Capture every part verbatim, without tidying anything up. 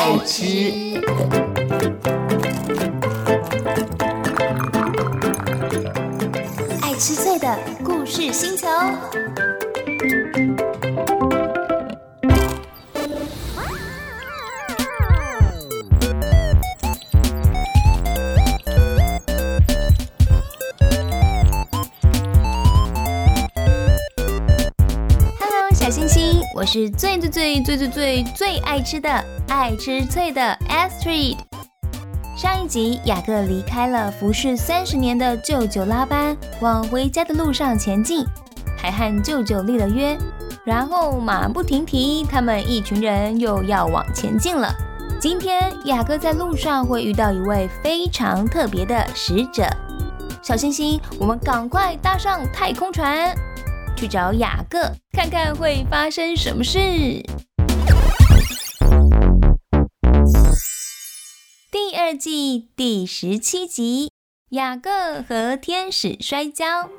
爱吃。爱吃脆的故事星球。小星星，我是最最最最最最最爱吃的爱吃脆的 Astrid。上一集，雅各离开了服侍三十年的舅舅拉班，往回家的路上前进，还和舅舅立了约。然后马不停蹄，他们一群人又要往前进了。今天，雅各在路上会遇到一位非常特别的使者。小星星，我们赶快搭上太空船。去找雅各，看看会发生什么事。第二季第十七集，雅各和天使摔跤。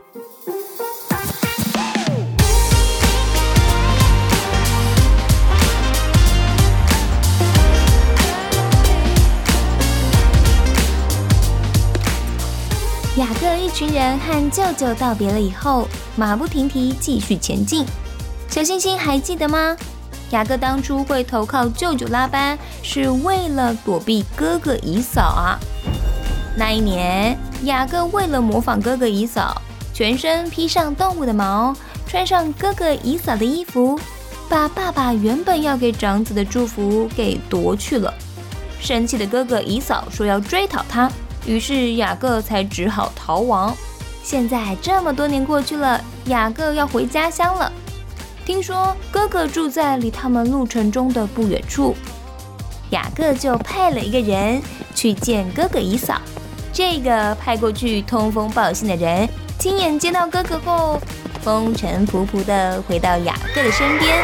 雅各一群人和舅舅道别了以后，马不停蹄继续前进。小星星还记得吗？雅各当初会投靠舅舅拉班，是为了躲避哥哥以扫啊。那一年，雅各为了模仿哥哥以扫，全身披上动物的毛，穿上哥哥以扫的衣服，把爸爸原本要给长子的祝福给夺去了。生气的哥哥以扫说要追讨他。于是雅各才只好逃亡。现在这么多年过去了，雅各要回家乡了。听说哥哥住在离他们路程中的不远处，雅各就派了一个人去见哥哥以扫。这个派过去通风报信的人，亲眼见到哥哥后，风尘仆仆地回到雅各的身边。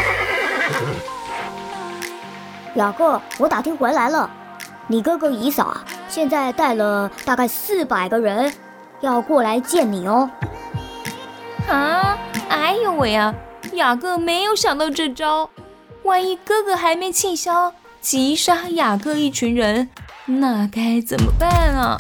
雅各，我打听回来了，你哥哥以扫啊，现在带了大概四百个人，要过来见你哦。 啊！哎呦喂啊！雅各没有想到这招，万一哥哥还没气消，击杀雅各一群人，那该怎么办啊？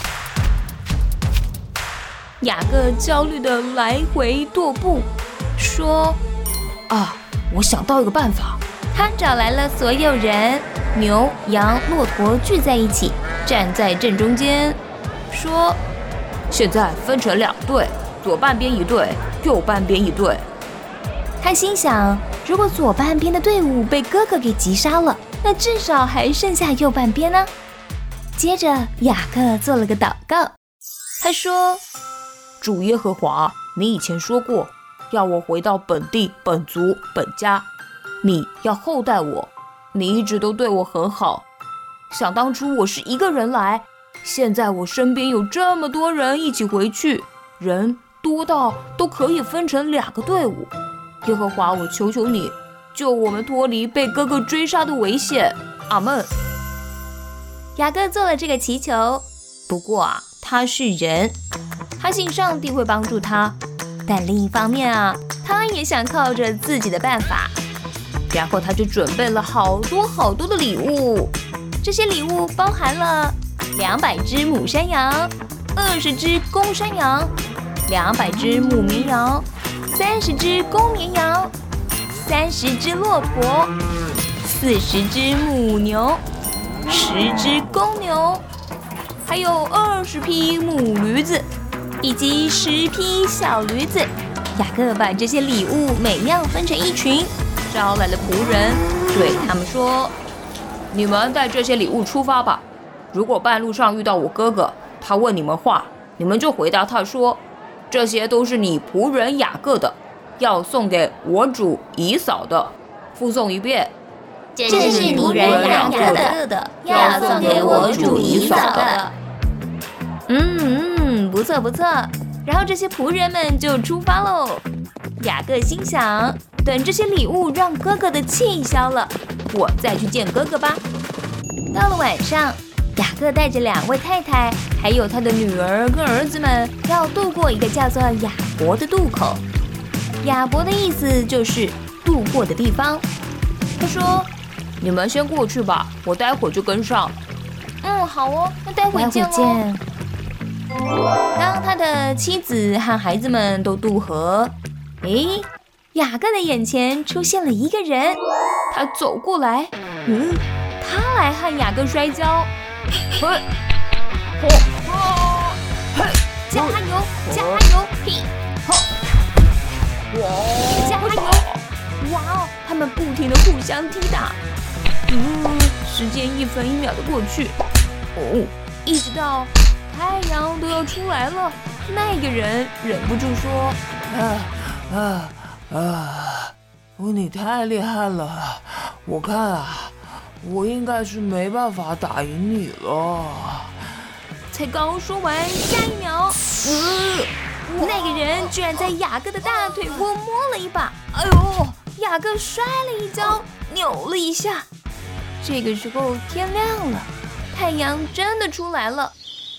雅各焦虑的来回踱步，说：“ 啊，我想到一个办法。” 他找来了所有人，牛、羊、骆驼聚在一起，站在正中间，说：“ 现在分成两队，左半边一队，右半边一队。” 他心想，如果左半边的队伍被哥哥给击杀了，那至少还剩下右半边呢。接着，雅各做了个祷告，他说：“ 主耶和华，你以前说过，要我回到本地、本族、本家。你要厚待我，你一直都对我很好。想当初我是一个人来，现在我身边有这么多人一起回去，人多到都可以分成两个队伍。耶和华，我求求你，救我们脱离被哥哥追杀的危险。阿们。” 雅各做了这个祈求，不过啊，他是人，他信上帝会帮助他，但另一方面啊，他也想靠着自己的办法。然后他就准备了好多好多的礼物，这些礼物包含了两百只母山羊、二十只公山羊、两百只母绵羊、三十只公绵羊、三十只骆驼、四十只母牛、十只公牛，还有二十匹母驴子，以及十匹小驴子。雅各把这些礼物每样分成一群，招来了仆人，对他们说：“ 你们带这些礼物出发吧。如果半路上遇到我哥哥，他问你们话，你们就回答他说，这些都是你仆人雅各的，要送给我主以扫的。复诵一遍， 这是你仆人雅各的，要送给我主以扫的。”嗯嗯，不错不错。然后这些仆人们就出发喽。雅各心想，等这些礼物让哥哥的气消了，我再去见哥哥吧。到了晚上，雅各带着两位太太，还有他的女儿跟儿子们，要渡过一个叫做雅博的渡口。雅博的意思就是渡过的地方。他说：“ 你们先过去吧，我待会就跟上。 嗯，好哦，那待会见喽。当他的妻子和孩子们都渡河，诶，雅各的眼前出现了一个人，他走过来，嗯，他来和雅各摔跤。嘿，哦，嘿，加油，加油，嘿，哇，加油！哇哦，他们不停地互相踢打。嗯，时间一分一秒的过去，哦，一直到太阳都要出来了，那个人忍不住说：“ 啊啊啊！你太厉害了，我看啊，我应该是没办法打赢你了。” 才刚说完，下一秒，呃，那个人居然在雅各的大腿窝摸了一把，哎呦！雅各摔了一跤，扭了一下。这个时候天亮了，太阳真的出来了。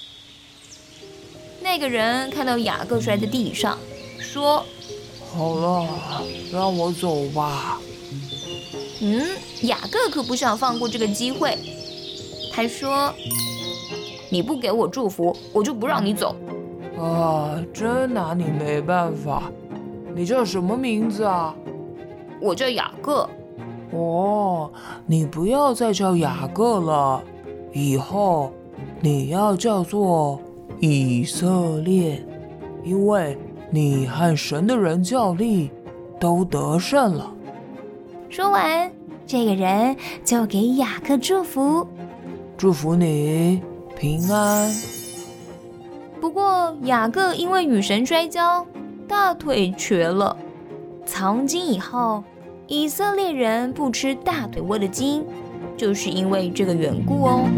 那个人看到雅各摔在地上，说：“ 好了，让我走吧。” 嗯，雅各可不想放过这个机会。他说：“ 你不给我祝福，我就不让你走。” 啊，真拿你没办法。你叫什么名字啊？ 我叫雅各。 哦，你不要再叫雅各了，以后你要叫做以色列，因为你和神的人较力都得胜了。 说完，这个人就给雅各祝福， 祝福你平安。 不过雅各因为与神摔跤，大腿瘸了。从今以后，以色列人不吃大腿窝的筋，就是因为这个缘故哦。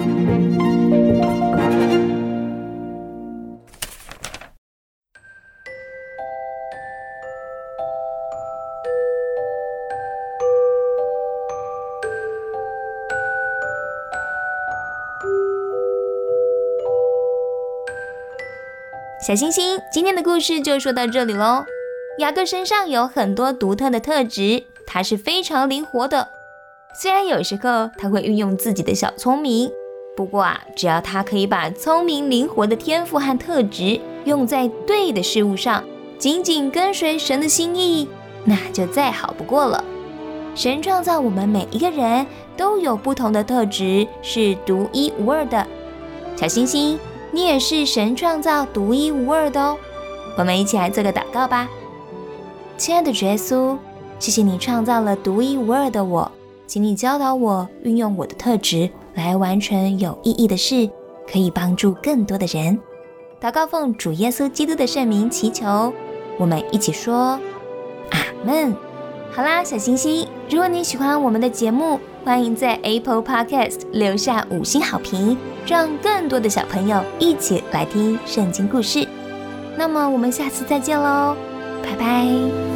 小星星，今天的故事就说到这里咯。雅各身上有很多独特的特质，他是非常灵活的。虽然有时候他会运用自己的小聪明，不过啊，只要他可以把聪明灵活的天赋和特质用在对的事物上，紧紧跟随神的心意，那就再好不过了。神创造我们每一个人都有不同的特质，是独一无二的。小星星，你也是神创造独一无二的哦。我们一起来做个祷告吧。亲爱的主耶稣，谢谢你创造了独一无二的我，请你教导我运用我的特质来完成有意义的事，可以帮助更多的人。祷告奉主耶稣基督的圣名祈求，我们一起说阿们。好啦，小星星，如果你喜欢我们的节目，欢迎在 Apple Podcast 留下五星好评，让更多的小朋友一起来听圣经故事。那么我们下次再见咯，拜拜。